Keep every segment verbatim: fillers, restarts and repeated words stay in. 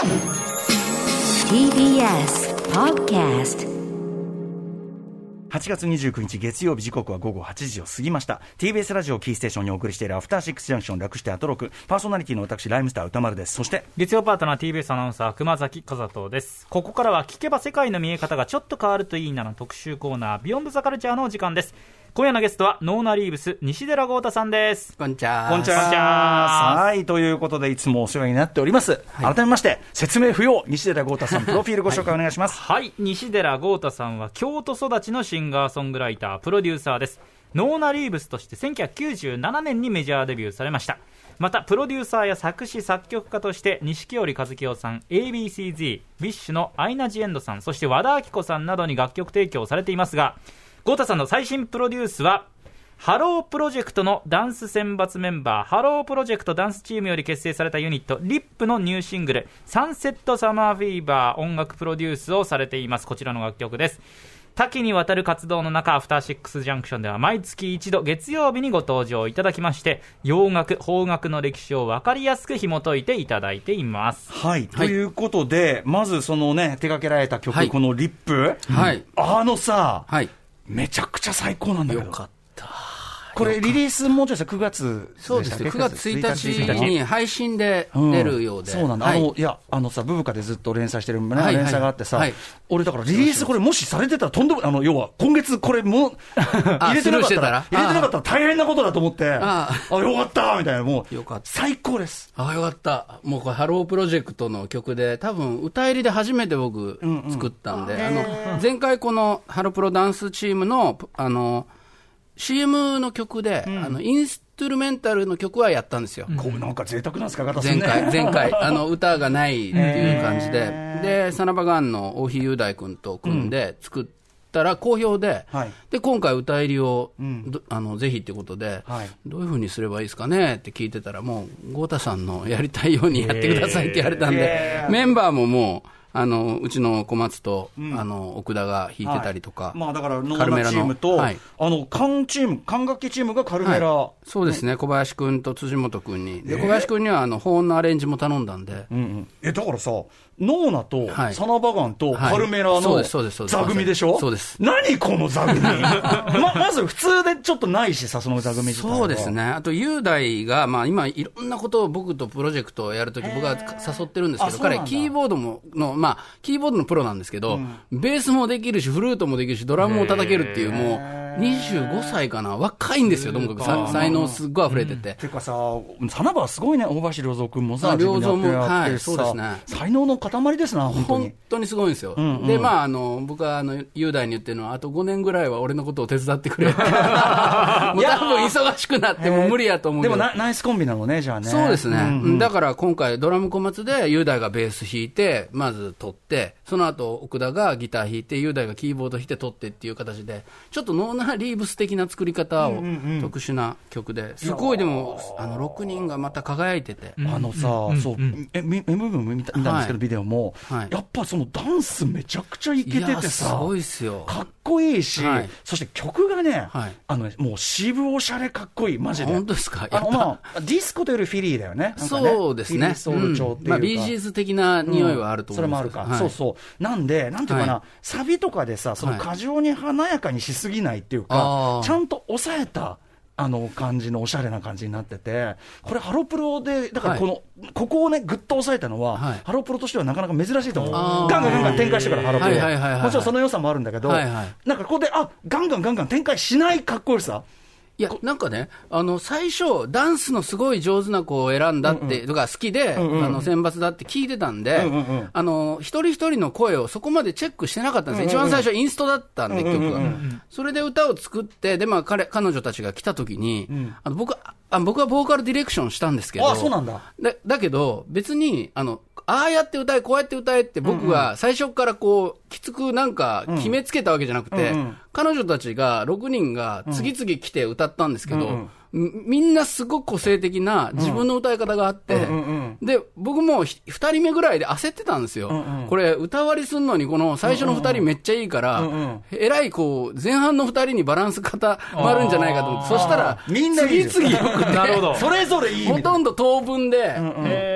ティービーエス Podcast。 はちがつにじゅうくにち月曜日、時刻は午後はちじを過ぎました。 ティービーエス ラジオキーステーションにお送りしているアフターシックスジャンクション、略してアトロク。パーソナリティの私ライムスター歌丸です。そして月曜パートナー ティービーエス アナウンサー熊崎和人です。ここからは聞けば世界の見え方がちょっと変わるといいなの特集コーナー、ビヨンドザカルチャーのお時間です。今夜のゲストはノーナリーブス西寺豪太さんです。 こんにちは。 こんにちは。はい、ということでいつもお世話になっております、はい、改めまして説明不要、西寺豪太さんプロフィールご紹介お願いします。 はい、はい、西寺豪太さんは京都育ちのシンガーソングライター、プロデューサーです。ノーナリーブスとしてせんきゅうひゃくきゅうじゅうななねんにメジャーデビューされました。またプロデューサーや作詞作曲家として錦織一清さん、 エービーシーズィー、 ビッシュのアイナ・ジ・エンドさん、そして和田アキ子さんなどに楽曲提供されていますが、豪太さんの最新プロデュースはハロープロジェクトのダンス選抜メンバー、ハロープロジェクトダンスチームより結成されたユニットリップのニューシングルサンセットサマーフィーバー音楽プロデュースをされています。こちらの楽曲です。多岐にわたる活動の中、アフターシックスジャンクションでは毎月一度月曜日にご登場いただきまして、洋楽邦楽の歴史を分かりやすく紐解いていただいています。 はい、はい、ということでまずそのね手掛けられた曲、はい、このリップ、 はい、 あのさ、 はい、 めちゃくちゃ最高なんだけど。 よかった。 これリリースもうちょいしたくがつでしたっけ？ そうですね、くがつついたちに配信で出るようで、 うん、そうなんだ、はい、あのいやあのさブブカでずっと連載してる、ね、はい、連載があってさ、はい、俺だからリリースこれもしされてたらとんでもあの要は今月これも入れてなかったら入れてなかったら大変なことだと思って、ああよかったみたいな、もうよかった、最高です。 ああよかった。もうこれハロープロジェクトの曲で多分歌入りで初めて僕作ったんで、うんうん、あの前回このハロプロダンスチームのあのシーエム の曲で、うん、あのインストゥルメンタルの曲はやったんですよ、うん、 こうなんか贅沢な使い方するね。 前回前回あの歌がないっていう感じで、でサナバガンの大日雄大君と組んで作ったら好評で、うん、で今回歌入りを、うん、あのぜひってことで、はい、どういう風にすればいいですかねって聞いてたら、もう豪太さんのやりたいようにやってくださいって言われたんで、メンバーももうあのうちの小松と、うん、あの奥田が弾いてたりとか、 はい、まあ、だからノーナチームと、はい、あの管チーム管楽器チームがカルメラ、はい、 そうですね、小林君と辻本君にで、小林君にはあの保音のアレンジも頼んだんで、うんうん、 えだからさノーナとサナバガンとカルメラの座組でしょ。 そうです。 何この座組ま, まず普通でちょっとないしさ、その座組自体は。 そうですね。あと雄大が、まあ、今いろんなことを僕とプロジェクトをやるとき僕は誘ってるんですけど、彼キーボードもの、まあ、キーボードのプロなんですけど、うん、ベースもできるしフルートもできるしドラムも叩けるっていう、もうにじゅうごさいかな、若いんですよ。ともかく才能すっごい溢れてて、うん、 ていうかさ、サナバはすごいね。大橋良三君もさ、 良三も、 はい、 そうですね、 才能の塊ですな、本当に。 本当にすごいんですよ、うんうん、でまあ、あの僕はあの雄大に言ってるのは、あとごねんぐらいは俺のことを手伝ってくれってもう多分忙しくなってもう無理やと思うけど、 でもナイスコンビなのね、じゃあね。 そうですね、うんうん、だから今回ドラム小松で雄大がベース弾いてまず撮って、その後奥田がギター弾いて雄大がキーボード弾いて撮ってっていう形で、ちょっとノーナーリーブス的な作り方を、うんうんうん、特殊な曲ですごい、でもあのろくにんがまた輝いてて、 あのさ、うんうん、そう、え エムブイ も見たんですけど、はい、ビデオも、はい、やっぱそのダンスめちゃくちゃイケててさ、 すごいっすよ、 かっこいいし、はい、そして曲がね、 はい、 あのね、もう渋おしゃれかっこいい、マジで。 本当ですか。 あの、まあ、ディスコというよりフィリーだよ ね, ねそうですね、 ソウル調っていうか、うん、まあ、 ビージーズ的な匂いはあると思うんですけど、 うん、それもあるか、はい、そうそうなんで、なんていうかな、はい、サビとかでさ、その過剰に華やかにしすぎないっていうか、はい、ちゃんと抑えたあの感じのおしゃれな感じになってて、これハロプロでだからこの、はい、ここをねぐっと抑えたのは、はい、ハロプロとしてはなかなか珍しいと思う。ガンガンガンガン展開してからハロプロ、はいはいはいはい、もちろんその良さもあるんだけど、はいはい、なんかここであガンガンガンガン展開しないかっこよさ。 いやなんかね、あの最初ダンスのすごい上手な子を選んだって、うんうん、とか好きで、うんうん、あの選抜だって聞いてたんで、うんうんうん、あの一人一人の声をそこまでチェックしてなかったんですよ、うんうんうん、一番最初インストだったんで、曲が、うんうんうん、それで歌を作って、で、まあ、彼彼女たちが来た時に、うん、あの僕あ僕はボーカルディレクションしたんですけど、 あ、そうなんだ。 だ、だけど別にあのああやって歌えこうやって歌えって僕が最初からこうきつくなんか決めつけたわけじゃなくて、うんうん、彼女たちがろくにんが次々来て歌ったんですけど、うんうんうん、みんなすごく個性的な自分の歌い方があって、うんうんうんうん、で僕もふたりめぐらいで焦ってたんですよ、うんうん、これ歌割りすんのにこの最初のふたりめっちゃいいから、うんうん、えらいこう前半のふたりにバランス固まるんじゃないかと思って、そしたらみんな次々よくて、なるほど、それぞれいいほとんど当分で、うんうん、もうみ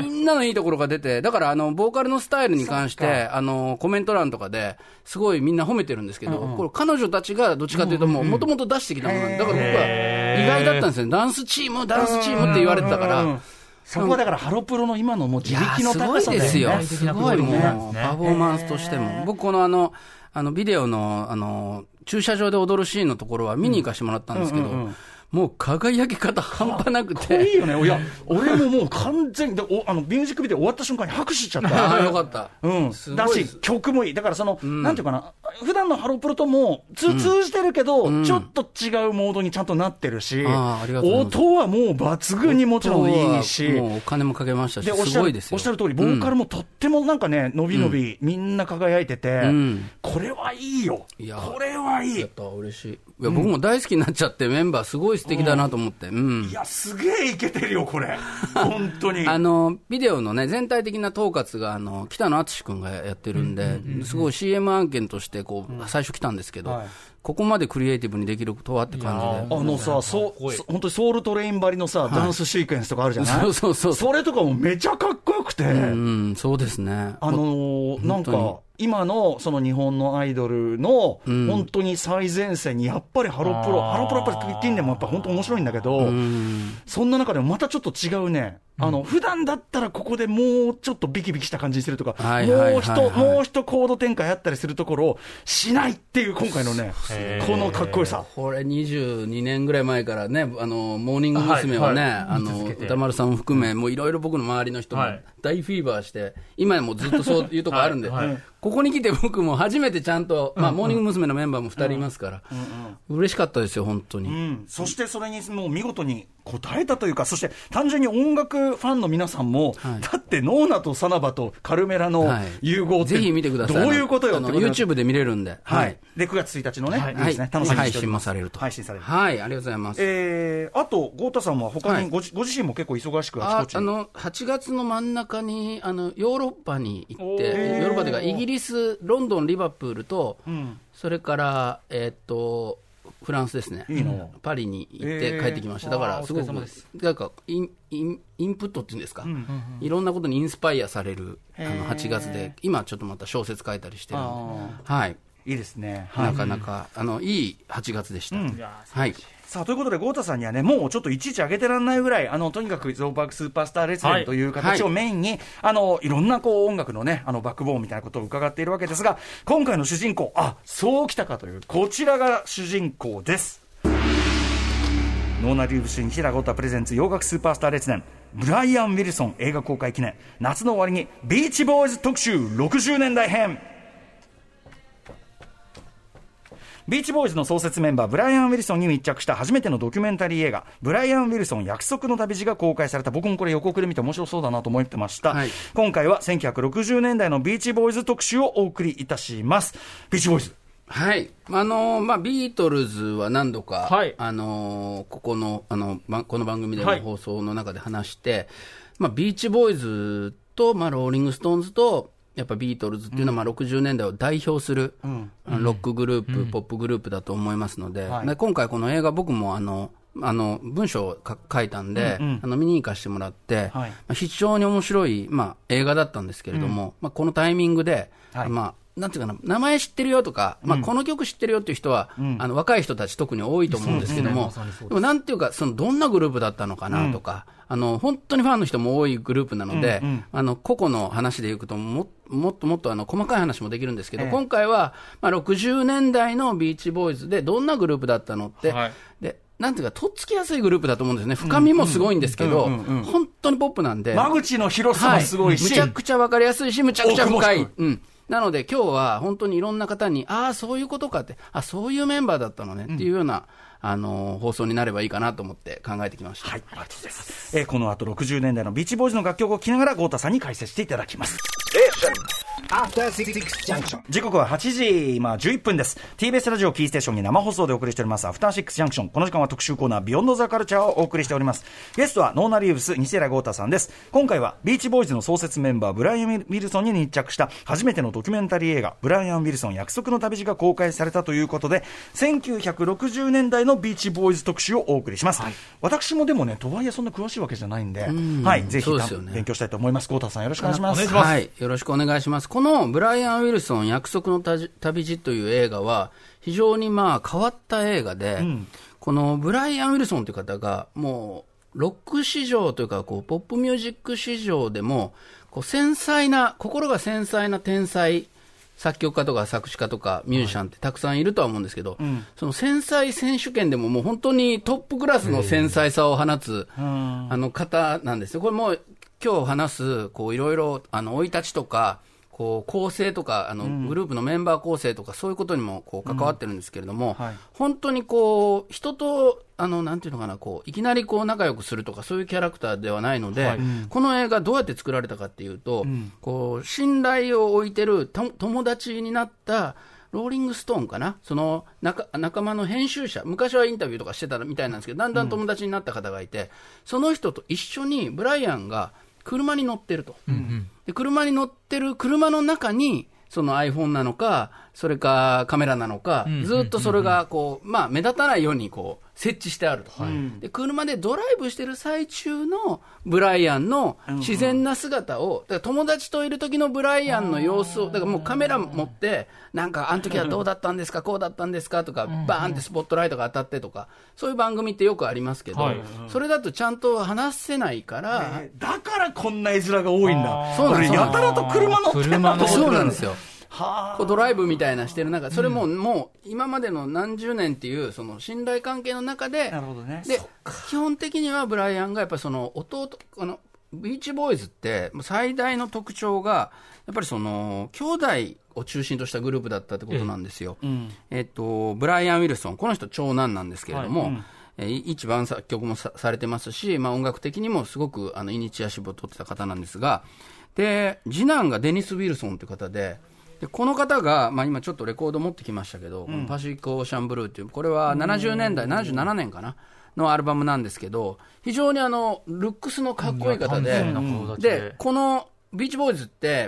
みんなのいいところが出て、だからあのボーカルのスタイルに関してあのコメント欄とかですごいみんな褒めてるんですけど、うんうん、これ彼女たちがどっちかというともともと出してきたものなんで、だから僕は意外だったんですよね。ダンスチームダンスチームって言われてたから、うんうんうん、 そこはだからハロプロの今のもう自力の高さで、ね、 すごいですよ。すごいもうパフォーマンスとしても、僕このあのあのビデオのあの駐車場で踊るシーンのところは見に行かせてもらったんですけど、うんうんうん、もう輝き方半端なくて。かっこいいよね。いや、俺ももう完全に、おあのミュージックビデオ終わった瞬間に拍手しちゃった。 ああ、よかった。 うん。だし、曲もいい。だからその、うん、なんていうかな、普段のハロプロとも通じてるけど、うん、ちょっと違うモードにちゃんとなってるし、うん、あありがとうございます。音はもう抜群にもちろんいいし、 もうお金もかけましたし、すごいですよ。 おっしゃる通り、ボーカルもとってもなんかね、伸び伸び、みんな輝いてて、うん、これはいいよ。いや、これはいい。 やった、嬉しい。いや、僕も大好きになっちゃって、メンバーすごい素敵だなと思って。うん、 いや、すげえイケてるよ、これ。本当に。 あの、ビデオのね、全体的な統括が、あの、北野敦君がやってるんで、うんうんうんうん、すごい シーエム 案件として、こう、うん、最初来たんですけど、はい、ここまでクリエイティブにできるとはって感じで。 あのさ、そう、本当にソウルトレイン張りのさ、はい、ダンスシークエンスとかあるじゃない。 そうそうそう。 それとかもめちゃかっこよくて。 うん、うん、そうですね。 あのー、なんか、今のその日本のアイドルの本当に最前線にやっぱりハロプロ、うん、ハロプロやっぱり近年もやっぱ本当面白いんだけど、うん、そんな中でもまたちょっと違うね、あの、うん、普段だったらここでもうちょっとビキビキした感じにするとか、はいはいはいはい、もう一、もう一コード展開あったりするところをしないっていう今回のね、このかっこよさ。 これにじゅうにねんぐらい前からね、あの、モーニング娘。はね、はいはい、あの、歌丸さんを含め、もういろいろ僕の周りの人も大フィーバーして、今もずっとそういうとこあるんで、はいはい、ここに来て僕も初めてちゃんと、まあ、モーニング娘。のメンバーもふたりいますから、うんうんうん、嬉しかったですよ、本当に。うん、 そしてそれにもう見事に応えたというか、そして単純に音楽ファンの皆さんも、はい、だってノーナとサナバとカルメラの融合って、はい、 ぜひ見てください。 どういうことよってこと。 YouTube で見れるんで、 はいはい、でくがつついたちのね、はい、いいですね、楽しみにしております。 配信もされると。 配信される。 はい、ありがとうございます。 えー、あと豪太さんは他にご、はい、ご自身も結構忙しくあちこちに。 あのはちがつの真ん中にあのヨーロッパに行って、ヨーロッパというかイギリス、ロンドン、リバプールと、うん、それからえー、っとフランスですね。いいの。パリに行って帰ってきました。だからすごくなんかインインインプットっていうんですか、うんうんうん、いろんなことにインスパイアされるあのはちがつで、今ちょっとまた小説書いたりしてるんで、はい、 いいですね。 なかなか、うん、あのいいはちがつでした。うん、はい。 さあということで豪太さんにはね、もうちょっといちいち上げてらんないぐらい、あのとにかくゾーパークスーパースター列伝という形をメインに、はい、あのいろんなこう音楽のね、あのバックボーンみたいなことを伺っているわけですが、今回の主人公、あ、そうきたかという、こちらが主人公です。ノーナ・リーブス西田豪太プレゼンツ洋楽スーパースター列伝、ブライアン・ウィルソン映画公開記念、夏の終わりにビーチボーイズ特集ろくじゅうねんだい編。ビーチボーイズの創設メンバーブライアン・ウィルソンに密着した初めてのドキュメンタリー映画、ブライアン・ウィルソン約束の旅路が公開された。僕もこれ予告で見て面白そうだなと思ってました、はい、今回はせんきゅうひゃくろくじゅうねんだいのビーチボーイズ特集をお送りいたします。ビーチボーイズ、 はい、あのーまあ、ビートルズは何度か、はい、あのー、ここの、あのこの番組での放送の中で話して、はい、まあ、ビーチボーイズと、まあ、ローリング・ストーンズとやっぱビートルズっていうのはまあろくじゅうねんだいを代表する、うん、ロックグループ、うん、ポップグループだと思いますので、はい、で今回この映画僕もあのあの文章を書いたんで、うんうん、あの見に行かせてもらって、はい、まあ、非常に面白い、まあ、映画だったんですけれども、うん、まあ、このタイミングで、はい、まあなんていうかな、名前知ってるよとか、まあ、この曲知ってるよっていう人は、うん、あの若い人たち特に多いと思うんですけども、うん、でもなんていうか、そのどんなグループだったのかなとか、うん、あの本当にファンの人も多いグループなので、うんうん、あの個々の話でいくとも、もっともっとあの細かい話もできるんですけど、ええ、今回は、まあ、ろくじゅうねんだいのビーチボーイズでどんなグループだったのって、はい、でなんていうか、とっつきやすいグループだと思うんですね。深みもすごいんですけど、本当にポップなんで。 間口の広さもすごいし、 はい、むちゃくちゃわかりやすいし、むちゃくちゃ深い。うん。なので今日は本当にいろんな方に、ああ、そういうことかって、あ、そういうメンバーだったのねっていうような、うん、あのー、放送になればいいかなと思って考えてきました。 はい、ありがとうございます。えー、この後ろくじゅうねんだいのビーチボーイズの楽曲を聴きながら豪太さんに解説していただきます。 After Six Junction。 時刻ははちじ、今じゅういっぷんです。 ティービーエス ラジオキーステーションに生放送でお送りしておりますアフターシックスジャンクション。この時間は特集コーナービヨンドザカルチャーをお送りしております。ゲストはノーナ・リーブス西浦豪太さんです。今回はビーチボーイズの創設メンバーブライアン・ウィルソンに密着した初めてのドキュメンタリー映画ブライアン・ウィルソン約束の旅路が公開されたということで、せんきゅうひゃくろくじゅうねんだいのビーチボーイズ特集をお送りします、はい、私もでもねとはいえそんな詳しいわけじゃないんで、はい、ぜひ、ね、勉強したいと思います。豪太さんよろしくお願いします。 はい、よろしくお願いします。このブライアン・ウィルソン約束の旅路という映画は非常にまあ変わった映画で、うん、このブライアン・ウィルソンという方がもうロック市場というかこうポップミュージック市場でもこう繊細な心が繊細な天才作曲家とか作詞家とかミュージシャンってたくさんいるとは思うんですけど、はい、うん、その繊細選手権でももう本当にトップクラスの繊細さを放つ、うん、あの方なんですよ。これもう今日話すこういろいろあの生い立ちとかこう構成とかあの、うん、グループのメンバー構成とかそういうことにもこう関わってるんですけれども、うん、はい、本当にこう人とあのなんていうのかなこういきなりこう仲良くするとかそういうキャラクターではないので、はい、この映画どうやって作られたかっていうと、うん、こう信頼を置いてると友達になったローリングストーンかな、その 仲, 仲間の編集者、昔はインタビューとかしてたみたいなんですけど、だんだん友達になった方がいて、うん、その人と一緒にブライアンが車に乗ってると、うんうん、で車に乗ってる車の中にその iPhone なのかそれかカメラなのか、うんうんうんうん、ずっとそれがこう、まあ、目立たないようにこう設置してあると、はい、で車でドライブしてる最中のブライアンの自然な姿を、だから友達といる時のブライアンの様子をだからもうカメラ持ってなんかあの時はどうだったんですかこうだったんですかとかバーンってスポットライトが当たってとかそういう番組ってよくありますけど、はい、それだとちゃんと話せないから、 えー、だからこんな絵面が多いんだ。 そうなんです。 やたらと車乗ってた。そうなんですよ。はこうドライブみたいなしてる中、それも、うん、もう今までの何十年っていうその信頼関係の中で、 なるほどね、 で基本的にはブライアンがやっぱりその弟このビーチボーイズって最大の特徴がやっぱりその兄弟を中心としたグループだったってことなんですよ、うん、えっとブライアン・ウィルソン、この人長男なんですけれども、はい、うん、え一番作曲も さ, されてますし、まあ、音楽的にもすごくあのイニシアチブを取ってた方なんですが、で次男がデニス・ウィルソンという方で、でこの方が、まあ、今ちょっとレコード持ってきましたけど、うん、パシフィックオーシャンブルーっていうこれはななじゅうねんだいななじゅうななねんかなのアルバムなんですけど、非常にあのルックスのかっこいい方で、でこのビーチボーイズって、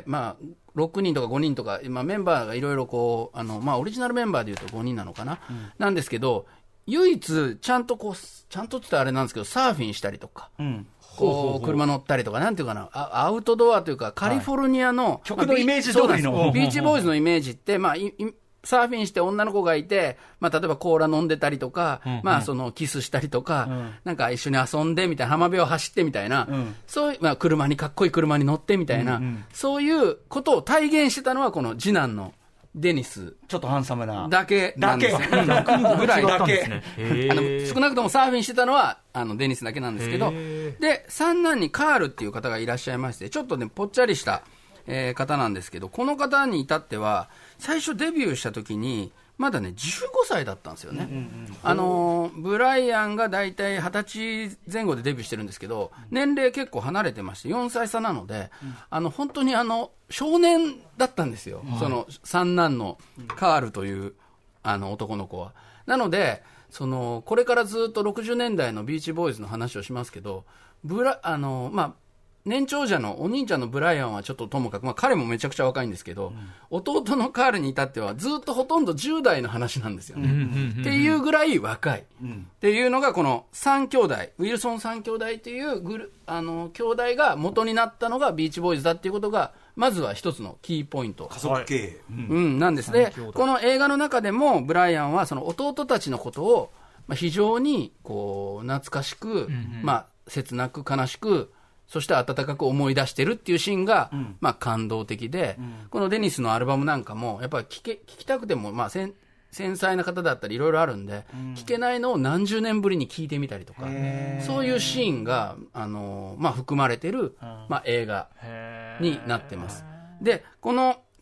まあ、ろくにんとかごにんとか、まあ、メンバーがいろいろこうあの、まあ、オリジナルメンバーでいうとごにんなのかな、うん、なんですけど唯一ちゃんとこうちゃんとって言ったらあれなんですけどサーフィンしたりとか、うん、こう車乗ったりとかなんていうかな、アウトドアというかカリフォルニアの、はい、 曲のイメージ通りのビーチボーイズのイメージって、まあ、いサーフィンして女の子がいて、まあ、例えばコーラ飲んでたりとか、うんうん、まあ、そのキスしたりとか、うん、なんか一緒に遊んでみたいな、浜辺を走ってみたいな、うん、そういう、まあ、車にかっこいい車に乗ってみたいな、うんうん、そういうことを体現してたのはこの次男のデニス、 ちょっとハンサムなだけなんですよ。だけぐらいだけあの少なくともサーフィンしてたのはあのデニスだけなんですけど、で三男にカールっていう方がいらっしゃいまして、ちょっとねぽっちゃりした、えー、方なんですけど、この方に至っては最初デビューした時にまだねじゅうごさいだったんですよね、うんうんうん、あのブライアンがだいたいはたちぜん後でデビューしてるんですけど、年齢結構離れてましてよんさい差なので、うん、あの本当にあの少年だったんですよ、はい、その三男のカールというあの男の子は。なのでそのこれからずっとろくじゅうねんだいのビーチボーイズの話をしますけど、ブラあの、まあ年長者のお兄ちゃんのブライアンはちょっとともかく、まあ、彼もめちゃくちゃ若いんですけど、うん、弟のカールに至ってはずっとほとんどじゅう代の話なんですよね、うんうんうんうん、っていうぐらい若い、うん、っていうのがこのさん兄弟、ウィルソンさん兄弟っていうグルあの兄弟が元になったのがビーチボーイズだっていうことがまずは一つのキーポイント、 家族経営、 うんうん、なんですね。この映画の中でもブライアンはその弟たちのことを、まあ、非常にこう懐かしく、うんうん、まあ、切なく悲しく、そして温かく思い出してるっていうシーンが、うん、まあ、感動的で、うん、このデニスのアルバムなんかもやっぱり聞け聞きたくても、まあ、繊細な方だったりいろいろあるんで、うん、聞けないのを何十年ぶりに聞いてみたりとか、そういうシーンが、あの、まあ、含まれてる、まあ、映画になってます。でこの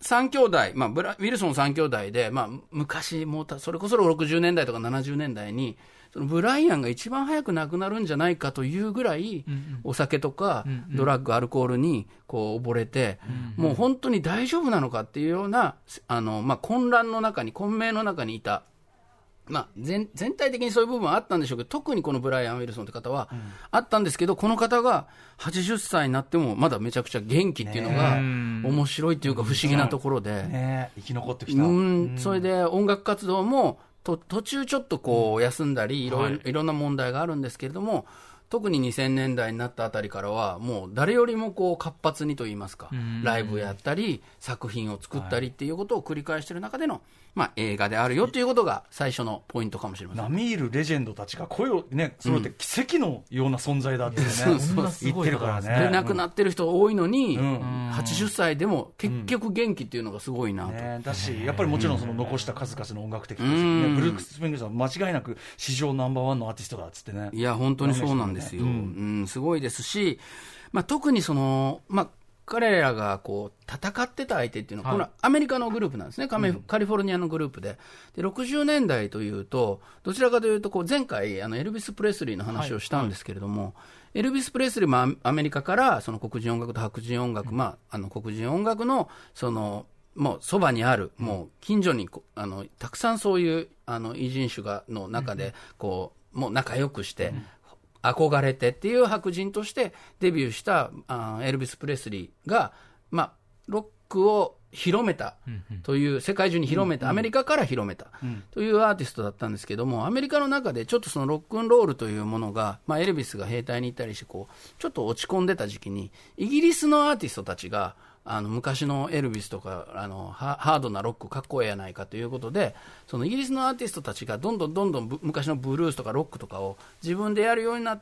さん兄弟、まあ、ブラウィルソンさん兄弟で、まあ、昔もうそれこそろくじゅうねんだいとかななじゅうねんだいにそのブライアンが一番早く亡くなるんじゃないかというぐらい、うんうん、お酒とか、うんうん、ドラッグアルコールにこう溺れて、うんうん、もう本当に大丈夫なのかっていうようなあの、まあ、混乱の中に混迷の中にいた、まあ、全, 全体的にそういう部分はあったんでしょうけど、特にこのブライアン・ウィルソンという方はあったんですけど、うん、この方がはちじゅっさいになってもまだめちゃくちゃ元気っていうのが面白いっていうか不思議なところで、ねね、生き残ってきた、 うん、それで音楽活動もと途中ちょっとこう休んだりいろいろ、はい、いろんな問題があるんですけれども、特ににせんねんだいになったあたりからはもう誰よりもこう活発にといいますか、ライブやったり作品を作ったりっていうことを繰り返している中での、まあ、映画であるよということが最初のポイントかもしれません。 並みいるレジェンドたちが声をね揃って奇跡のような存在だってね、うん、言ってるからね。 で亡くなってる人多いのに、うん、はちじゅっさいでも結局元気っていうのがすごいなと、うんね、 だしやっぱりもちろんその残した数々の音楽的な、ね、うん、ブルックス・スプリングスは間違いなく史上ナンバーワンのアーティストだっつってね。 いや本当にそうなんですよ、うんうん、すごいですし、まあ、特にその、まあ彼らがこう戦ってた相手っていうのは、はい、このアメリカのグループなんですね、カメ、うん、カリフォルニアのグループ で, でろくじゅうねんだいというとどちらかというとこう前回あのエルビス・プレスリーの話をしたんですけれども、はいはい、エルビス・プレスリーもアメリカからその黒人音楽と白人音楽、うん、まあ、あの黒人音楽のそのもうそばにある、うん、もう近所にあのたくさんそういうあの異人種がの中でこう、うん、もう仲良くして、うん、憧れてっていう白人としてデビューしたあエルビス・プレスリーが、まあ、ロックを広めたという、うんうん、世界中に広めた、うんうん、アメリカから広めたというアーティストだったんですけども、アメリカの中でちょっとそのロックンロールというものが、まあ、エルビスが兵隊に行ったりしてこうちょっと落ち込んでた時期にイギリスのアーティストたちがあの昔のエルビスとかあのハードなロックかっこええやないかということで、そのイギリスのアーティストたちがどんどんどんどん昔のブルースとかロックとかを自分でやるようになって、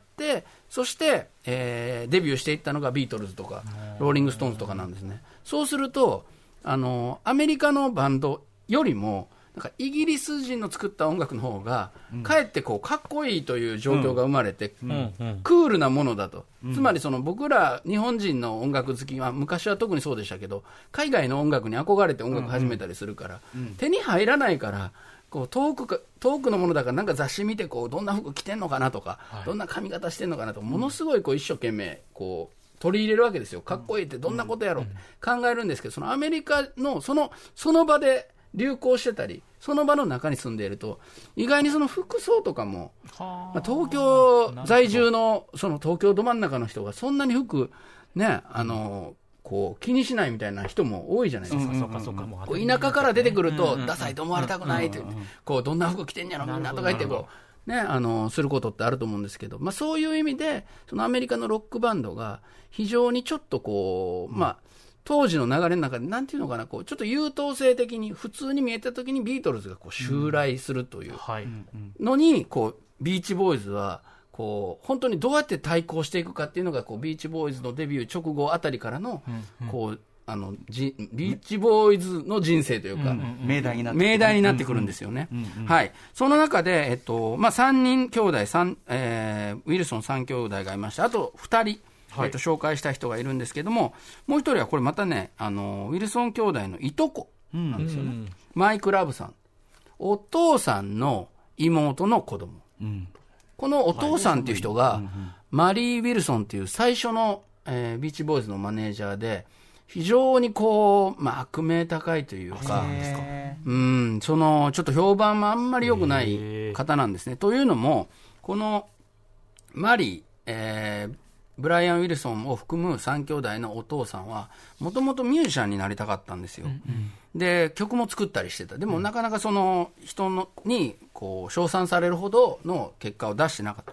そして、えー、デビューしていったのがビートルズとかローリングストーンズとかなんですね。そうするとあのアメリカのバンドよりもなんかイギリス人の作った音楽の方が、うん、かえってこうかっこいいという状況が生まれて、うんうん、クールなものだと、うん、つまりその僕ら日本人の音楽好きは昔は特にそうでしたけど、海外の音楽に憧れて音楽始めたりするから、うんうん、手に入らないからこう遠くか遠くのものだからなんか雑誌見てこうどんな服着てんのかなとか、はい、どんな髪型してんのかなとものすごいこう一生懸命こう取り入れるわけですよ。かっこいいってどんなことやろうって考えるんですけど、そのアメリカのそのその場で流行してたりその場の中に住んでいると意外にその服装とかも、まあ、東京在住のその東京ど真ん中の人がそんなに服ねあのこう気にしないみたいな人も多いじゃないですか。こう田舎から出てくるとダサいと思われたくないってこうどんな服着てんやろみんなとか言ってこうねあのすることってあると思うんですけど、まあ、そういう意味でそのアメリカのロックバンドが非常にちょっとこうまあ当時の流れの中でなんていうのかなこうちょっと優等生的に普通に見えた時にビートルズがこう襲来するというのにこうビーチボーイズはこう本当にどうやって対抗していくかっていうのがこうビーチボーイズのデビュー直後あたりからのこうあのじビーチボーイズの人生というか、 命題になって命題になってくるんですよね。はい。その中で、えっとまあ、さんにん兄弟3、えー、ウィルソンさん兄弟がいまして、あとふたり、はい、えっと、紹介した人がいるんですけども、もう一人はこれまたねあのウィルソン兄弟のいとこなんですよね、うん、マイク・ラブさん、お父さんの妹の子供、うん、このお父さんっていう人が、はい、マリー・ウィルソンっていう最初の、えー、ビーチボーイズのマネージャーで非常にこう、まあ、悪名高いというか、うん、そのちょっと評判もあんまり良くない方なんですね。というのもこのマリー、えーブライアン・ウィルソンを含むさん兄弟のお父さんはもともとミュージシャンになりたかったんですよ、うんうん、で曲も作ったりしてた。でもなかなかその人のにこう称賛されるほどの結果を出してなかった、うん、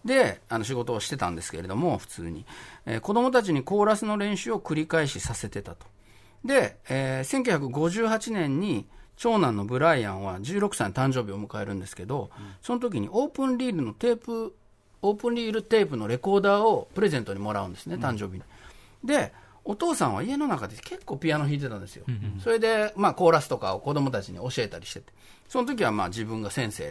であの仕事をしてたんですけれども普通に、えー、子供たちにコーラスの練習を繰り返しさせてたと。で、えー、せんきゅうひゃくごじゅうはちねんに長男のブライアンはじゅうろくさいの誕生日を迎えるんですけど、うん、その時にオープンリールのテープオープンリールテープのレコーダーをプレゼントにもらうんですね、誕生日に。でお父さんは家の中で結構ピアノ弾いてたんですよ、うんうん、それで、まあ、コーラスとかを子供たちに教えたりしてて、その時はまあ自分が先生で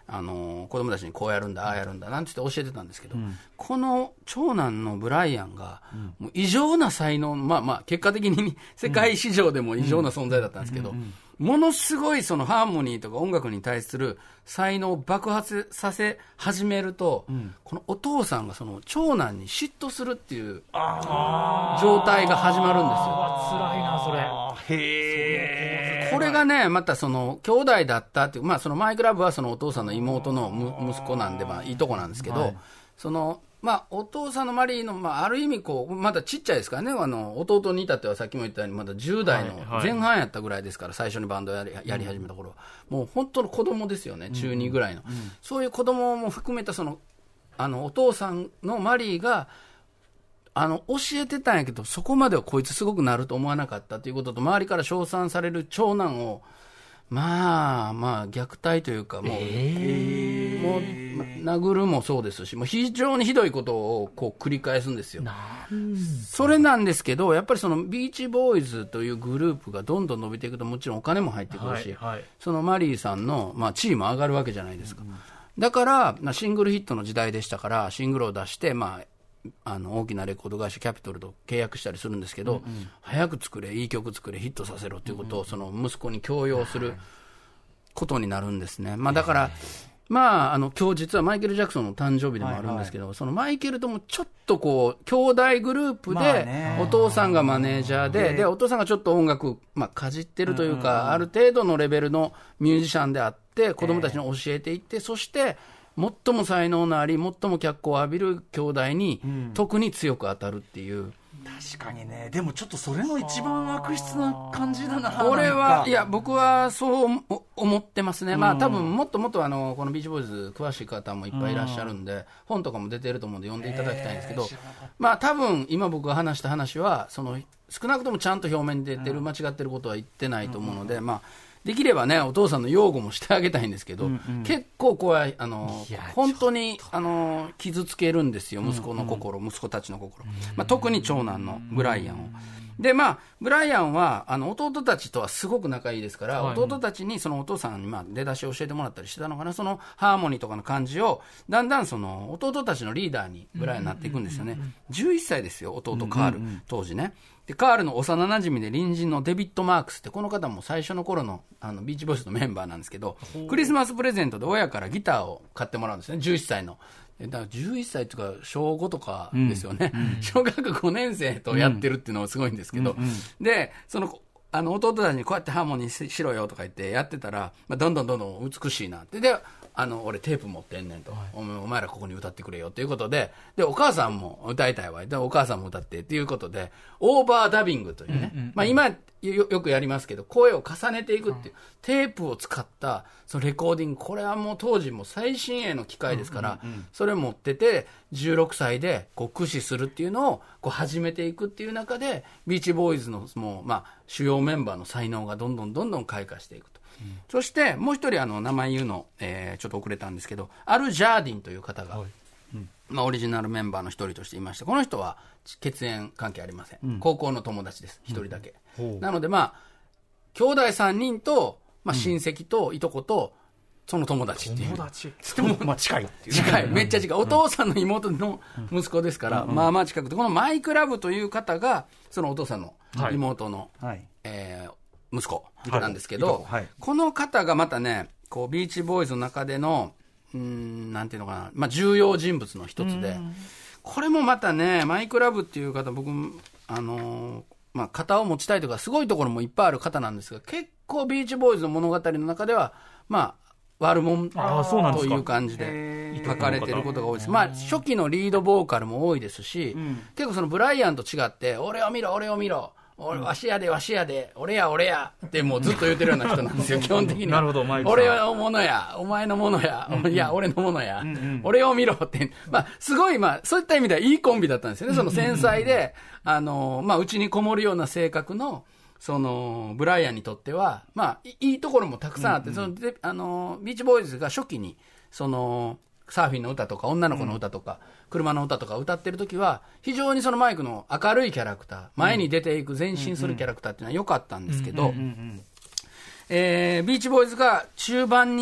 あの子供たちにこうやるんだああやるんだなんて言って教えてたんですけど、うん、この長男のブライアンが、うん、もう異常な才能、まあまあ結果的に世界史上でも異常な存在だったんですけど、ものすごいそのハーモニーとか音楽に対する才能を爆発させ始めると、うん、このお父さんがその長男に嫉妬するっていう状態が始まるんですよ。 辛いなそれ。 へー。これがねまたその兄弟だったっていう、まあ、そのマイクラブはそのお父さんの妹の息子なんで、まあ、いいとこなんですけど、はい、そのまあ、お父さんのマリーの、まあ、ある意味こうまだちっちゃいですからね、あの弟に至ってはさっきも言ったようにまだじゅう代の前半やったぐらいですから、はいはい、最初にバンドやり、やり始めた頃は、うん、もう本当の子供ですよね、中にぐらいの、うんうん、そういう子供も含めたそのあのお父さんのマリーがあの教えてたんやけど、そこまではこいつすごくなると思わなかったということと、周りから称賛される長男をまあまあ虐待というかもう、えー、もう殴るもそうですし、もう非常にひどいことをこう繰り返すんですよ。それなんですけど、やっぱりそのビーチボーイズというグループがどんどん伸びていくと、もちろんお金も入ってくるし、はいはい、そのマリーさんの、まあ、地位も上がるわけじゃないですか、うん、だからシングルヒットの時代でしたから、シングルを出して、まああの大きなレコード会社キャピトルと契約したりするんですけど、うんうん、早く作れ、いい曲作れ、ヒットさせろということをその息子に強要することになるんですね。まあ、だから、まあ、あの今日実はマイケル・ジャクソンの誕生日でもあるんですけど、はいはい、そのマイケルともちょっとこう兄弟グループで、お父さんがマネージャーで、でお父さんがちょっと音楽、まあ、かじってるというか、うんうん、ある程度のレベルのミュージシャンであって子供たちに教えていって、そして最も才能のあり最も脚光を浴びる兄弟に、うん、特に強く当たるっていう。 確かにね。でもちょっとそれの一番悪質な感じだな。 これはいや僕はそう思ってますね、うん、まあ多分もっともっとあのこのビーチボーイズ詳しい方もいっぱいいらっしゃるんで、うん、本とかも出てると思うんで読んでいただきたいんですけど、えー、まあ多分今僕が話した話はその少なくともちゃんと表面に出てる、うん、間違ってることは言ってないと思うので、うん、まあできればねお父さんの擁護もしてあげたいんですけど、うんうん、結構怖い、あの本当にあの傷つけるんですよ、息子の心、うんうん、息子たちの心、まあ、特に長男のブライアンを。でまあ、ブライアンはあの弟たちとはすごく仲いいですから、はい、弟たちにそのお父さんにまあ出だしを教えてもらったりしてたのかな、そのハーモニーとかの感じをだんだんその弟たちのリーダーにブライアンになっていくんですよね。じゅういっさいですよ弟カール、うんうん、当時ね。でカールの幼なじみで隣人のデビッド・マークスって、この方も最初の頃のあのビーチボーイズのメンバーなんですけど、クリスマスプレゼントで親からギターを買ってもらうんですね、じゅういっさいの。だからじゅういっさいとかしょうごとかですよね、うんうん、小学ごねん生とやってるっていうのがすごいんですけど、うんうんうん、でそのあの弟たちにこうやってハーモニーしろよとか言ってやってたら、まあ、どんどんどんどん美しいなって、であの俺テープ持ってんねんと、はい、お, お前らここに歌ってくれよということで、でお母さんも歌いたいわ、でお母さんも歌ってっていうことでオーバーダビングというね、うんうんうん、まあ、今 よ, よくやりますけど声を重ねていくっていう、うん、テープを使ったそのレコーディング、これはもう当時も最新鋭の機械ですから、うんうんうん、それを持っててじゅうろくさいでこう駆使するっていうのをこう始めていくっていう中で、ビーチボーイズのもう、まあ、主要メンバーの才能がどんどんどんどん開花していくと、うん、そしてもう一人あの名前言うの、えー、ちょっと遅れたんですけど、アル・ジャーディンという方が、はい、うん、まあ、オリジナルメンバーの一人としていまして、この人は血縁関係ありません、うん、高校の友達です、一人だけ、うん、なのでまあ兄弟さんにんと、まあ、親戚といとことその友達っていう、 友達でもまあ近いっていう、ね、 近い、めっちゃ近い、お父さんの妹の息子ですから、うん、まあまあ近くて、このマイクラブという方がそのお父さんの妹の、はい、えー、息子なんですけど、はいはい、この方がまたねこうビーチボーイズの中でのうーんなんていうのかな、まあ、重要人物の一つで、これもまたねマイクラブっていう方、僕あのーまあ、型を持ちたいとかすごいところもいっぱいある方なんですが、結構ビーチボーイズの物語の中ではまあ悪者という感じで書かれていることが多いです。まあ初期のリードボーカルも多いですし、うん、結構そのブライアンと違って俺を見ろ俺を見ろ俺わしやでわしやで俺や俺やってもうずっと言ってるような人なんですよ基本的には。 なるほど、マイクさん、 俺のものやお前のものや、うんうん、いや俺のものや、うんうん、俺を見ろって、まあすごい、まあそういった意味ではいいコンビだったんですよね。その繊細であのまあうちにこもるような性格のそのブライアンにとってはまあいいところもたくさんあって、うんうん、そのであのビーチボーイズが初期にそのサーフィンの歌とか女の子の歌とか、うん、車の歌とか歌ってる時は非常にそのマイクの明るいキャラクター、前に出ていく前進するキャラクターっていうのは良かったんですけど、えー、ビーチボーイズが中盤に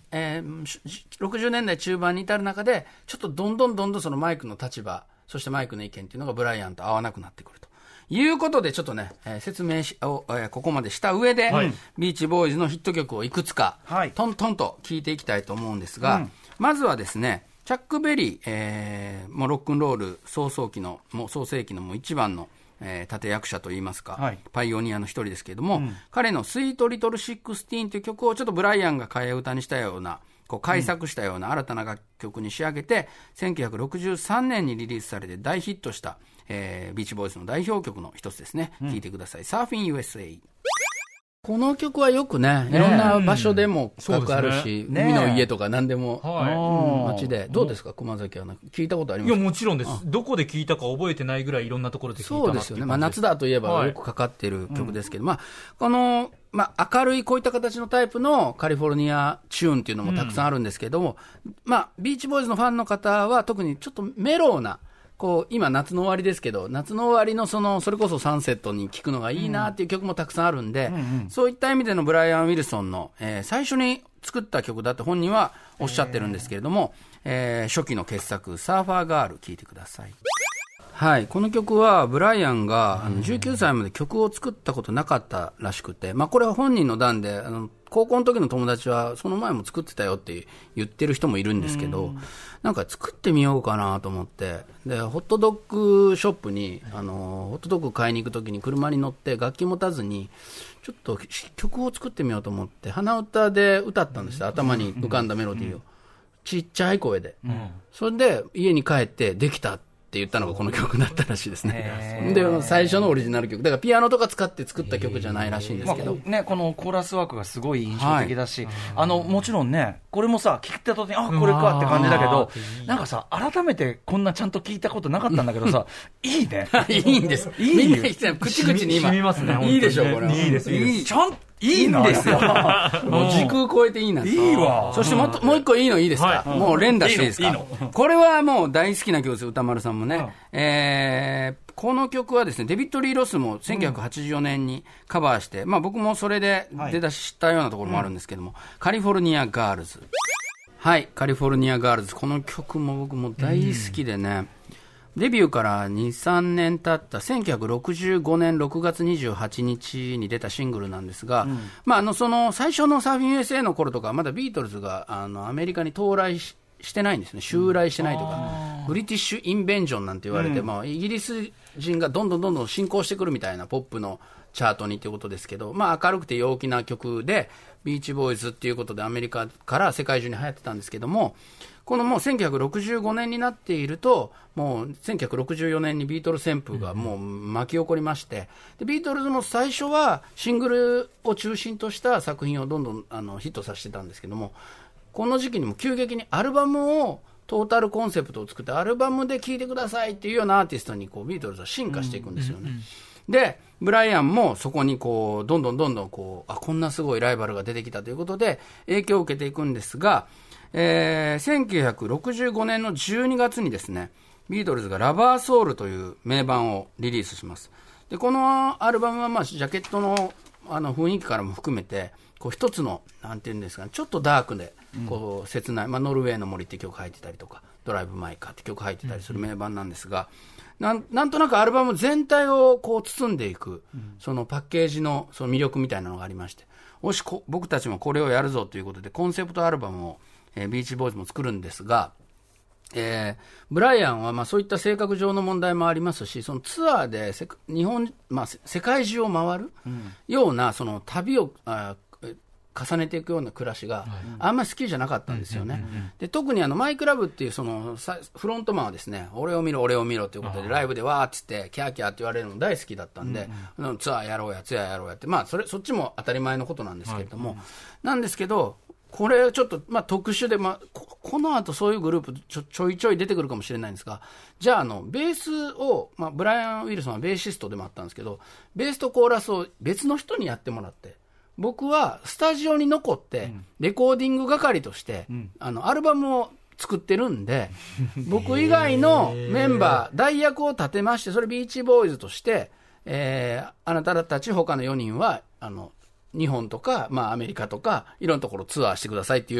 えー、ろくじゅうねんだい中盤に至る中で、ちょっとどんどんどんどんそのマイクの立場、そしてマイクの意見っていうのがブライアンと合わなくなってくるということで、ちょっとね、えー、説明しを、えー、ここまでした上で、はい、ビーチボーイズのヒット曲をいくつか、はい、トントンと聞いていきたいと思うんですが、うん、まずはですね、チャック・ベリー、えー、もうロックンロール創創期の、もう創世期のもう一番の、えー、立役者といいますか、はい、パイオニアの一人ですけれども、うん、彼のスイート・リトル・シックスティーンという曲をちょっとブライアンが替え歌にしたような、こう改作したような新たな楽曲に仕上げて、うん、せんきゅうひゃくろくじゅうさんねんにリリースされて大ヒットした、えー、ビーチボーイズの代表曲の一つですね。聴、うん、いてください。サーフィン ユーエスエー。この曲はよくね、いろんな場所でも深くあるし、ね、海の家とか何でも、はいうん、街で。どうですか、熊崎は。聞いたことありますか？ いや、もちろんです。どこで聞いたか覚えてないぐらいいろんなところで聞いたなっていう感じです。 そうですよね。まあ、夏だといえばよくかかっている曲ですけど、はいうん、まあ、この、まあ、明るいこういった形のタイプのカリフォルニアチューンっていうのもたくさんあるんですけども、うん、まあ、ビーチボーイズのファンの方は特にちょっとメローな、こう今夏の終わりですけど、夏の終わりのそのそれこそサンセットに聴くのがいいなっていう曲もたくさんあるんで、うんうんうん、そういった意味でのブライアン・ウィルソンの、えー、最初に作った曲だって本人はおっしゃってるんですけれども、えー、初期の傑作サーファーガール聴いてください。はい、この曲はブライアンがあのじゅうきゅうさいまで曲を作ったことなかったらしくて、まあ、これは本人の段であの高校の時の友達はその前も作ってたよって言ってる人もいるんですけど、なんか作ってみようかなと思って、でホットドッグショップにあのホットドッグ買いに行く時に車に乗って楽器持たずにちょっと曲を作ってみようと思って鼻歌で歌ったんですよ。頭に浮かんだメロディーをちっちゃい声で、それで家に帰ってできたって言ったのがこの曲だったらしいですね。で最初のオリジナル曲だからピアノとか使って作った曲じゃないらしいんですけど、 まあね、このコーラスワークがすごい印象的だし、はい、あのもちろんねこれもさ聞いた時にあこれかって感じだけど、なんかさ改めてこんなちゃんと聞いたことなかったんだけどさいいねいいんです。いいみんな言ってた口々に今染みますね。 いいでしょこれ。 いいですいいです。 ちゃんいいんですよ。 もう時空超えていいな。 いいわ。 そしてもうもう一個いいのいいですか、はい、もう連打していいですか。いいのいいのこれはもう大好きな曲です。歌丸さんもね、うん、えー、この曲はですねデビッド・リー・ロスもせんきゅうひゃくはちじゅうよねんにカバーして、うん、まあ、僕もそれで出だしたようなところもあるんですけども、はいうん、カリフォルニア・ガールズ。はい、カリフォルニア・ガールズ。この曲も僕も大好きでね、うんデビューからに、さんねん経ったせんきゅうひゃくろくじゅうごねんろくがつにじゅうはちにちに出たシングルなんですが、うんまあ、あのその最初のサーフィン ユーエスエー の頃とかまだビートルズがあのアメリカに到来 し, してないんですね。襲来してないとか、うん、ブリティッシュインベンジョンなんて言われて、うんまあ、イギリス人がどんどんどんどん進行してくるみたいなポップのチャートにということですけど、まあ、明るくて陽気な曲でビーチボーイズっていうことでアメリカから世界中に流行ってたんですけども、このもうせんきゅうひゃくろくじゅうごねんになっているともうせんきゅうひゃくろくじゅうよねんにビートルズ旋風がもう巻き起こりまして、でビートルズも最初はシングルを中心とした作品をどんどんあのヒットさせてたんですけども、この時期にも急激にアルバムをトータルコンセプトを作ってアルバムで聴いてくださいっていうようなアーティストにこうビートルズは進化していくんですよね、うんうんうんでブライアンもそこにこうどんどんどんどんこうあこんなすごいライバルが出てきたということで影響を受けていくんですが、えー、せんきゅうひゃくろくじゅうごねんのじゅうにがつにですねビートルズがラバーソウルという名盤をリリースします。でこのアルバムはまあジャケットのあの雰囲気からも含めてこう一つのなんていうんですかねちょっとダークでこう切ない、うんまあ、ノルウェーの森って曲入ってたりとかドライブ・マイ・カーって曲入ってたりする名盤なんですが、なん、なんとなくアルバム全体をこう包んでいく、うん、そのパッケージのその魅力みたいなのがありまして、もしこ僕たちもこれをやるぞということでコンセプトアルバムを、えー、ビーチボーイズも作るんですが、えー、ブライアンはまあそういった性格上の問題もありますし、そのツアーでせ日本、まあ、世界中を回るようなその旅をあ重ねていくような暮らしがあんまり好きじゃなかったんですよね。で特にあのマイクラブっていうそのフロントマンはですね俺を見ろ俺を見ろということでライブでわーっつってキャーキャーって言われるの大好きだったんで、うんうん、ツアーやろうやツアーやろうやって、まあそれそっちも当たり前のことなんですけれども、はい、なんですけどこれちょっと、まあ、特殊で、まあ、こ, この後そういうグループち ょ, ちょいちょい出てくるかもしれないんですが、じゃああのベースを、まあ、ブライアン・ウィルソンはベーシストでもあったんですけど、ベースとコーラスを別の人にやってもらって、僕はスタジオに残ってレコーディング係として、うん、あのアルバムを作ってるんで僕以外のメンバー代役を立てまして、それビーチボーイズとして、えー、あなたたち他のよにんはあの日本とか、まあ、アメリカとかいろんなところツアーしてくださいっていう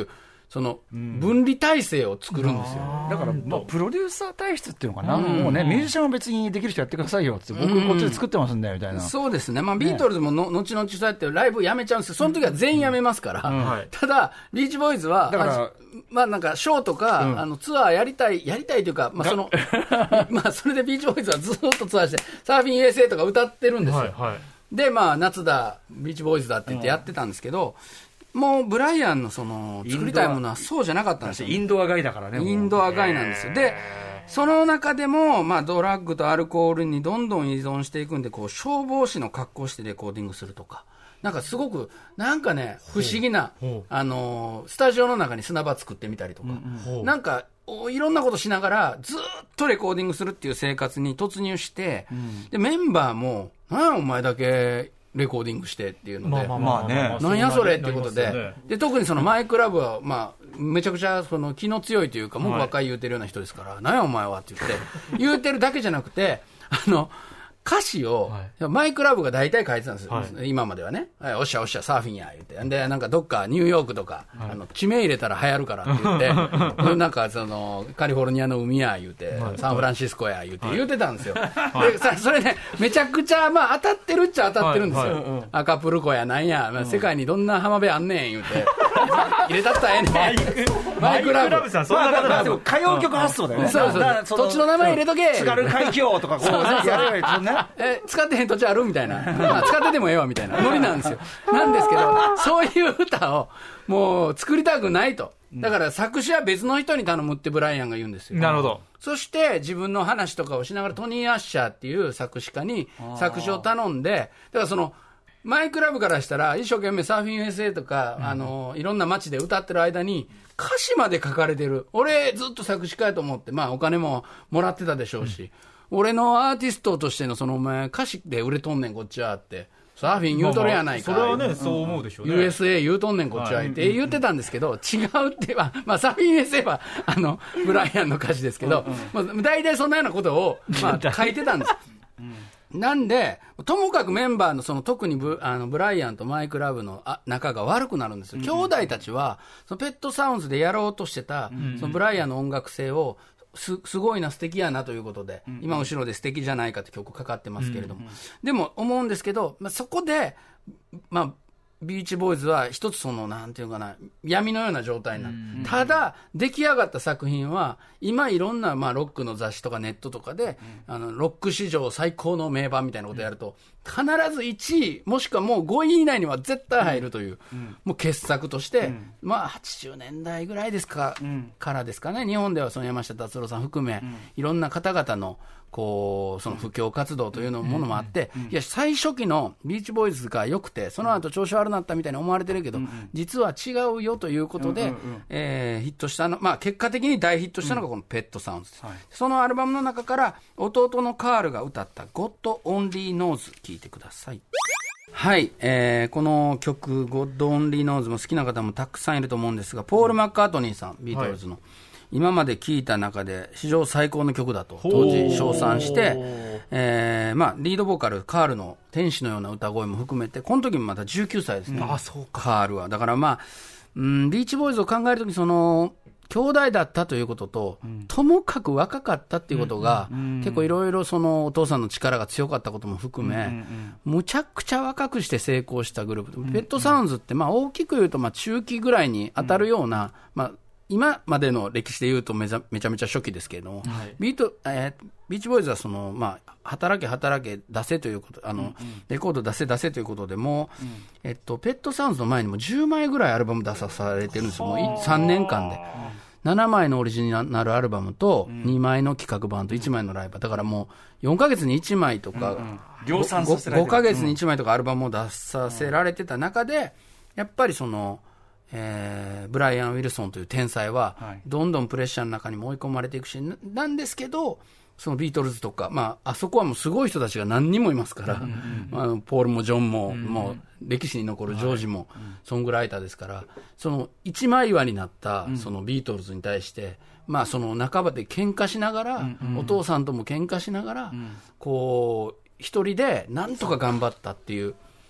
その分離体制を作るんですよ。 だから、まあ、プロデューサー体質っていうのかな、うん、もうね、ミュージシャンは別にできる人やってくださいよって、僕、こっちで作ってますんだよみたいな、うん、 そうですね、まあ、ビートルズもの、ね、後々そうやってライブやめちゃうんですけど、その時は全員やめますから、うんはい、ただ、ビーチボーイズは、だからまあ、なんかショーとか、うん、あのツアーやりたい、やりたいというか、まあそのまあ、それでビーチボーイズはずっとツアーして、サーフィン ユーエスエー とか歌ってるんですよ。はいはい、で、まあ、夏だ、ビーチボーイズだって言ってやってたんですけど、うん、もうブライアンのその作りたいものはそうじゃなかったんですよ。 インドア街だからね。 インドア街なんですよ。で、その中でも、まあ、ドラッグとアルコールにどんどん依存していくんで、こう消防士の格好してレコーディングするとか。なんかすごく、なんかね、不思議な、あのー、スタジオの中に砂場作ってみたりとか、うんうん、なんか、いろんなことしながら、ずっとレコーディングするっていう生活に突入して、うん、で、メンバーも、なんやお前だけレコーディングしてっていうので、なんやそれっていうことで、ね、で、特にそのマイクラブは、まあ、めちゃくちゃその気の強いというか、文句ばっかり言うてるような人ですから、はい、なんやお前はって言って、言うてるだけじゃなくて、あの、歌詞を、はい、マイクラブが大体書いてたんですよ、はい、今まではね、はい、おっしゃおっしゃサーフィンや言って、でなんかどっかニューヨークとか、はい、あの地名入れたら流行るからって言ってなんかそのカリフォルニアの海や言うて、はい、サンフランシスコや言うて、はい、言うてたんですよ、はい、でさそれねめちゃくちゃ、まあ、当たってるっちゃ当たってるんですよ、はいはい、アカプルコやなんや、まあ、世界にどんな浜辺あんねん言うて入れたったらええねんマイクマイクラブさんそんな方なんですよ。 歌謡曲発想だよね。 そうそうそう、土地の名前入れとけ、 津軽海峡とかこうやればいいね。 え使ってへん土地あるみたいな、まあ、使っててもええわみたいなノリなんですよ。なんですけど、そういう歌をもう作りたくないと。だから作詞は別の人に頼むってブライアンが言うんですよ。 なるほど。 そして自分の話とかをしながらトニー・アッシャーっていう作詞家に作詞を頼んで、だからそのマイクラブからしたら一生懸命サーフィン ユーエスエー とか、うん、あのいろんな街で歌ってる間に歌詞まで書かれてる。俺ずっと作詞家やと思って、まあお金ももらってたでしょうし、うん、俺のアーティストとしてのそのお前歌詞で売れとんねんこっちはってサーフィン言うとるやないか、 まあまあそれはね、そう思うでしょうね。 ユーエスエー 言うとんねんこっちはって言ってたんですけど、違うっては、まあ、サーフィン ユーエスエー はあのブライアンの歌詞ですけど、まあ、大体そんなようなことを、まあ、書いてたんですなんで、ともかくメンバーのその特にブあのブライアンとマイクラブのあ仲が悪くなるんですよ。うん、兄弟たちはそのペットサウンズでやろうとしてた、うん、そのブライアンの音楽性をす, すごいな素敵やなということで、うん、今後ろで素敵じゃないかって曲かかってますけれども、うん、でも思うんですけど、まあ、そこで、まあビーチボーイズは一つそのなんていうかな闇のような状態になる、うん、ただ出来上がった作品は今いろんなまあロックの雑誌とかネットとかで、うん、あのロック史上最高の名盤みたいなことをやると、うん、必ずいちいもしくはもうごい以内には絶対入るという、うん、もう傑作として、うん、まあはちじゅうねんだいぐらいですか、うん、からですかね、日本ではその山下達郎さん含め、うん、いろんな方々のこうその布教活動というのものもあって、いや最初期のビーチボーイズが良くてその後調子悪くなったみたいに思われてるけど、実は違うよということで、えー、ヒットしたの、まあ、結果的に大ヒットしたのがこのペットサウンズです、はい、そのアルバムの中から弟のカールが歌ったゴッドオンリーノーズ聴いてください。はい、えー、この曲ゴッドオンリーノーズも好きな方もたくさんいると思うんですが、ポール・マッカートニーさん、ビートルズの、はい、今まで聴いた中で史上最高の曲だと当時称賛して、えーまあ、リードボーカルカールの天使のような歌声も含めてこの時もまだじゅうきゅうさいですね、うん、あそうかカールはだからまあ、うん、ビーチボーイズを考えるときその兄弟だったということと、うん、ともかく若かったっていうことが、うんうんうん、結構いろいろそのお父さんの力が強かったことも含め、うんうんうん、むちゃくちゃ若くして成功したグループ、うんうん、ペットサウンズってまあ大きく言うとまあ中期ぐらいに当たるような、うんまあ今までの歴史で言うとめちゃめちゃめちゃ初期ですけれども、はい、ビート、えー、ビーチボーイズはその、まあ、働け働け出せということ、あの、うんうん、レコード出せ出せということでもう、うんえっと、ペットサウンズの前にもじゅうまいぐらいアルバム出さされてるんですよ、もうさんねんかんで。ななまいのオリジナルアルバムとにまいの企画版といちまいのライブ、だからもうよんかげつにいちまいとか、うんうん、量産させられてるごかげつにいちまいとかアルバムを出させられてた中で、やっぱりその、えー、ブライアン・ウィルソンという天才はどんどんプレッシャーの中にも追い込まれていくし、なんですけどそのビートルズとか、まあ、あそこはもうすごい人たちが何人もいますから、うんうんまあ、ポールもジョンも、うんうん、もう歴史に残るジョージも、はい、ソングライターですから、その一枚岩になったそのビートルズに対して、うんまあ、その半ばで喧嘩しながら、うんうん、お父さんとも喧嘩しながら、うん、こう一人でなんとか頑張ったっていう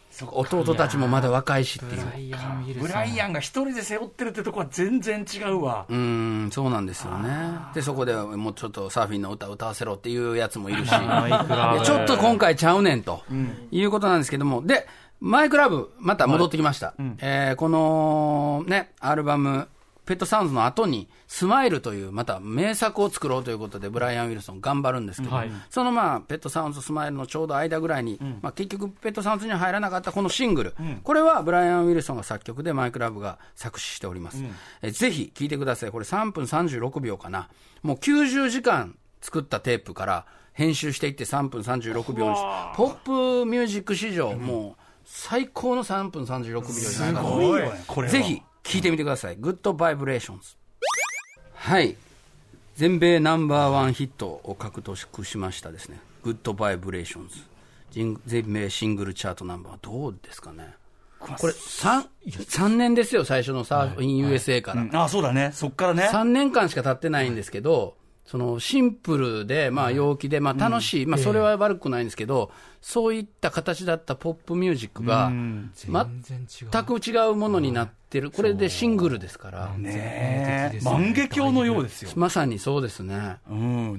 弟たちもまだ若いしっていう。 ブライアン・ウィルソン。 ブライアンが一人で背負ってるってとこは全然違うわ。 うーん、そうなんですよね。で、そこでもうちょっとサーフィンの歌を歌わせろっていうやつもいるし、ちょっと今回ちゃうねんと、うん、いうことなんですけども、で、マイクラブ、また戻ってきました。はいうん、えー、このね、アルバム、ペットサウンズの後にスマイルというまた名作を作ろうということでブライアン・ウィルソン頑張るんですけど、はい、そのまあペットサウンズとスマイルのちょうど間ぐらいに、うんまあ、結局ペットサウンズには入らなかったこのシングル、うん、これはブライアン・ウィルソンが作曲でマイクラブが作詞しております、うん、えぜひ聴いてください。これさんぷんさんじゅうろくびょうかな。もうきゅうじゅうじかん作ったテープから編集していってさんぷんさんじゅうろくびょうにしポップミュージック史上、うん、もう最高のさんぷんさんじゅうろくびょうじゃないかと。すごいこれぜひ聴いてみてください。グッドバイブレーションズ。はい、全米ナンバーワンヒットを獲得しましたですね、グッドバイブレーションズ、全米シングルチャートナンバーどうですかね。これ 3, さんねんですよ、最初のサーフィン ユーエスエー から、 はいはいうん、あそうだね、そっからねさんねんかんしか経ってないんですけど、そのシンプルで、まあ、陽気で、まあ、楽しい、うんまあ、それは悪くないんですけど、えー、そういった形だったポップミュージックが全く違うものになってる。これでシングルですからね、万華鏡のようですよ。 まさにそうですね、 うん、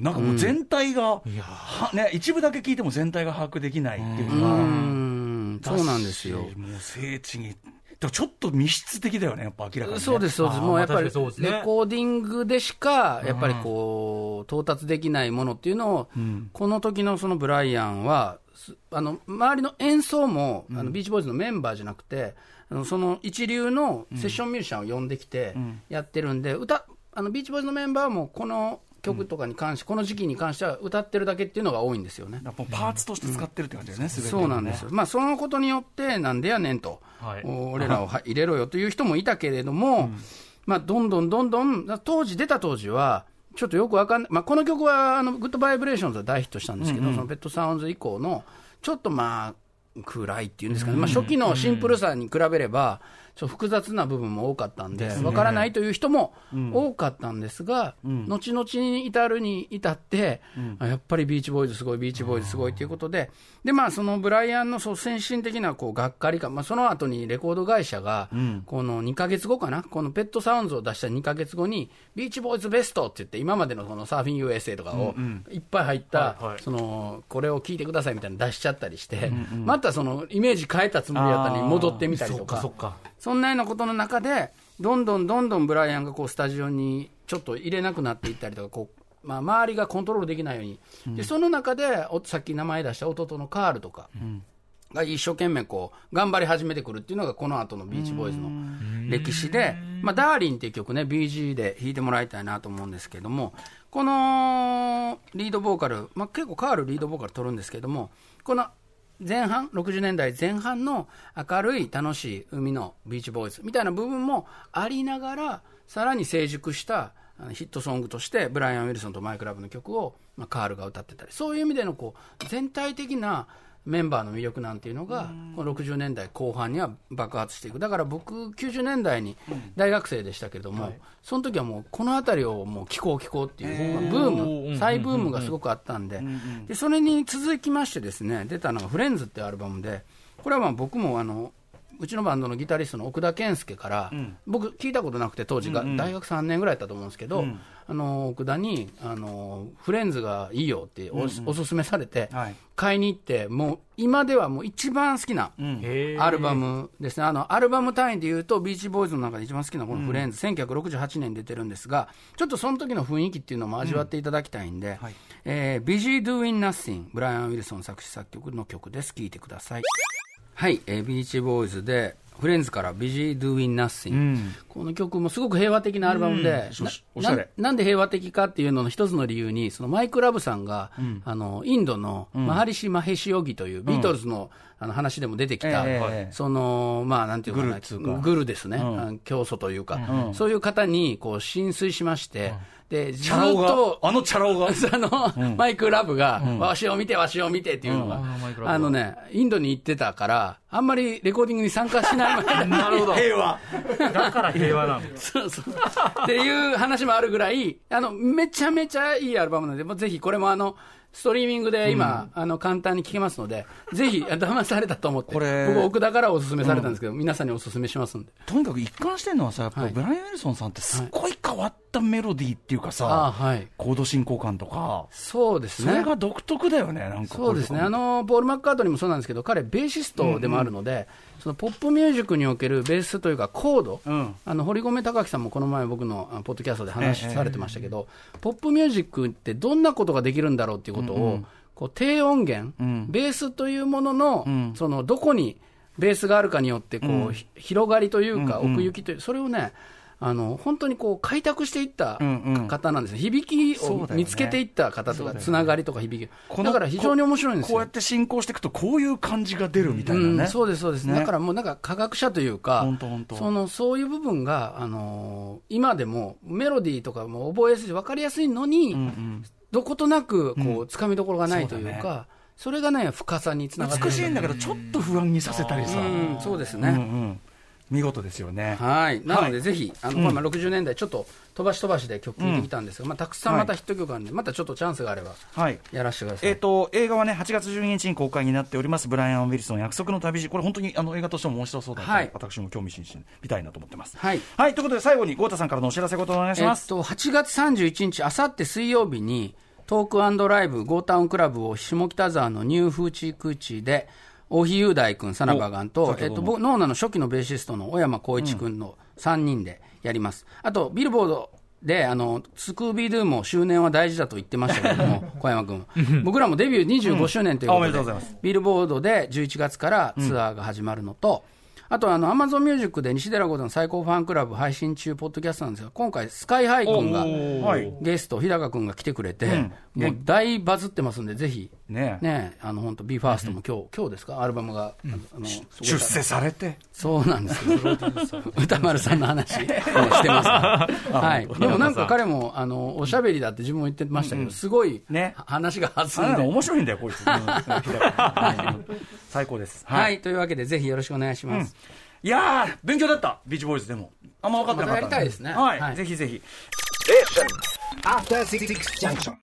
なんかもう全体が、うんね、一部だけ聞いても全体が把握できないっていうのが、 うんそうなんですよ。 もう聖地にちょっと密室的だよね、やっぱ明らかに、ね、 そうです、そうです、もうやっぱりレコーディングでしか、やっぱりこう、到達できないものっていうのを、うん、この時のそのブライアンは、あの周りの演奏も、うん、あのビーチボーイズのメンバーじゃなくて、あのその一流のセッションミュージシャンを呼んできてやってるんで、うん、歌あのビーチボーイズのメンバーもこの曲とかに関して、うん、この時期に関しては歌ってるだけっていうのが多いんですよね。 やっぱパーツとして使ってるって感じだよね、すべてね。 そうなんですよ。まあそのことによってなんでやねんと、はい、俺らを入れろよという人もいたけれども、うん、まあどんどんどんどん当時出た当時はちょっとよくわかんない、まあこの曲はあのグッドバイブレーションズは大ヒットしたんですけど、うんうん、そのペットサウンズ以降のちょっとまあ暗いっていうんですかね、まあ、初期のシンプルさに比べればちょっと複雑な部分も多かったんでわからないという人も多かったんですが、うん、後々に至るに至って、うん、やっぱりビーチボーイズすごいビーチボーイズすごいということで、で、まあ、そのブライアンのそう先進的なこうがっかり感、まあ、その後にレコード会社がこのにかげつごかな、このペットサウンズを出したにかげつごにビーチボーイズベストって言って今までのそのサーフィン ユーエスエー とかをいっぱい入ったそのこれを聞いてくださいみたいなの出しちゃったりして、うんうん、またそのイメージ変えたつもりだったのに戻ってみたりとか、そっかそっか、そんなようなことの中でどんどんどんどんブライアンがこうスタジオにちょっと入れなくなっていったりとか、こう、まあ、周りがコントロールできないように、うん、でその中でさっき名前出した弟のカールとかが一生懸命こう頑張り始めてくるっていうのがこの後のビーチボーイズの歴史で、まあ、ダーリンっていう曲ね ビージー で弾いてもらいたいなと思うんですけども、このリードボーカル、まあ、結構カールリードボーカル取るんですけども、この前半ろくじゅうねんだいぜん半の明るい楽しい海のビーチボーイズみたいな部分もありながら、さらに成熟したヒットソングとしてブライアン・ウィルソンとマイクラブの曲を、まあ、カールが歌ってたり、そういう意味でのこう全体的なメンバーの魅力なんていうのがこのろくじゅうねんだいこう半には爆発していく。だから僕きゅうじゅうねんだいに大学生でしたけれども、うんはい、その時はもうこの辺りをもう聴こう聴こうっていう、まあ、ブーム再ブームがすごくあったんで、でそれに続きましてですね出たのがフレンズっていうアルバムで、これはまあ僕もあのうちのバンドのギタリストの奥田健介から、うん、僕聞いたことなくて当時が大学さんねんぐらいだったと思うんですけど、うん、あの奥田にあのフレンズがいいよって お,、うんうん、おすすめされて、はい、買いに行って、もう今ではもう一番好きなアルバムですね。あのアルバム単位でいうとビーチボーイズの中で一番好きなこのフレンズ、うん、せんきゅうひゃくろくじゅうはちねんに出てるんですが、ちょっとその時の雰囲気っていうのも味わっていただきたいんで、うんはいえー、Busy Doing Nothing、 ブライアン・ウィルソン作詞作曲の曲です。聴いてください。はい、えー、ビーチボーイズでフレンズからビジー・ドゥ・ウィン・ナッシング、うん、この曲もすごく平和的なアルバムで、うん、な, な, なんで平和的かっていうのの一つの理由に、そのマイク・ラブさんが、うん、あのインドのマハリシ・マヘシヨギというビートルズの、うん、あの話でも出てきた、えー、そのまあなんていうかな、グ ル, グルですね、うん、教祖というか、うん、そういう方にこう浸水しまして、うんでずっとあのチャラ男があの、うん、マイク・ラブが、うん、わしを見てわしを見てっていうのが、うん、あのねインドに行ってたからあんまりレコーディングに参加しないまでなるほど平和だから平和なんだそうそうっていう話もあるぐらい、あのめちゃめちゃいいアルバムなので、もうぜひこれもあのストリーミングで今、うん、あの簡単に聞けますので、ぜひ騙されたと思って、 これ僕、奥田からお勧めされたんですけど、うん、皆さんにお勧めしますんで。 とにかく一貫してるのはさ、やっぱりブライアン・ウィルソンさんってすっごい変わったメロディーっていうかさ、はい、コード進行感とか、 そうですね、 それが独特だよね、なんかそうですね、あのポール・マッカートニーもそうなんですけど、彼、ベーシストでもあるので、うんうん、そのポップミュージックにおけるベースというか、コード、うん、あの堀米貴樹さんもこの前、僕のポッドキャストで話されてましたけど、ええ、ポップミュージックってどんなことができるんだろうっていうことを、うんうん、こう低音源、うん、ベースというものの、うん、そのどこにベースがあるかによってこう、うん、広がりというか、奥行きという、それをね、あの本当にこう開拓していった方なんですね、うんうん、響きを見つけていった方とか、ね、つながりとか響き、だから非常に面白いんですよ。 こうやって進行していくと、こういう感じが出るみたいなね、うん、 そうです、そうです、ね、だからもうなんか科学者というか、 本当本当、 そのそういう部分が、あのー、今でもメロディーとかも覚えやすい、分かりやすいのに、うんうん、どことなくこうつかみどころがないというか、うん、それがね、深さにつながってる。 美しいんだけど、ちょっと不安にさせたりさ、 うん、そうですね。うんうん、 見事ですよね。 はい。なので、はい、ぜひ、あの、うん、まあ、ろくじゅうねんだい、ちょっと飛ばし飛ばしで曲聴いてきたんですが、うん、まあ、たくさんまたヒット曲あるんで、はい、またちょっとチャンスがあれば、やらせてください。 えっ、ー、と、映画はね、はちがつじゅうににちに公開になっております、ブライアン・ウィルソン約束の旅路。これ本当に、あの、映画としても面白そうだったので、はい、私も興味津々見たいなと思ってます。はい。はい。ということで、最後に、豪太さんからのお知らせことをお願いします。 えっと、はちがつさんじゅういちにち、あさって水曜日に、トーク&ライブ、ゴータウンクラブを下北沢のニューフーチークーチーで、大日雄大君、サナバガンと、えっと、ノーナの初期のベーシストの小山光一君のさんにんでやります。うん、あと、ビルボードで、あの、スクービードゥも周年は大事だと言ってましたけども、小山君。僕らもデビューにじゅうごしゅうねんということで、うん、ビルボードでじゅういちがつからツアーが始まるのと、うん、あと、あの、アマゾンミュージックで西寺豪太の最高ファンクラブ配信中、ポッドキャストなんですが、今回、スカイハイ君が、ゲスト、日高君が来てくれて、うん、もう大バズってますんで、ぜひ、ね、ね、あの、本当、ビーファーストも今日、今日ですか、アルバムが、うん、あの出世されて。 そうなんですよ。歌丸さんの話してます。はい。でもなんか彼も、あの、おしゃべりだって自分も言ってましたけど、すごい、ね、話が弾んで。 面白いんだよ、こいつ。最高です。 はい。というわけで、ぜひよろしくお願いします。 いやー、勉強だった、ビーチボーイズでも。あんま分かってなかった。 またやりたいですね。 はい。ぜひぜひ。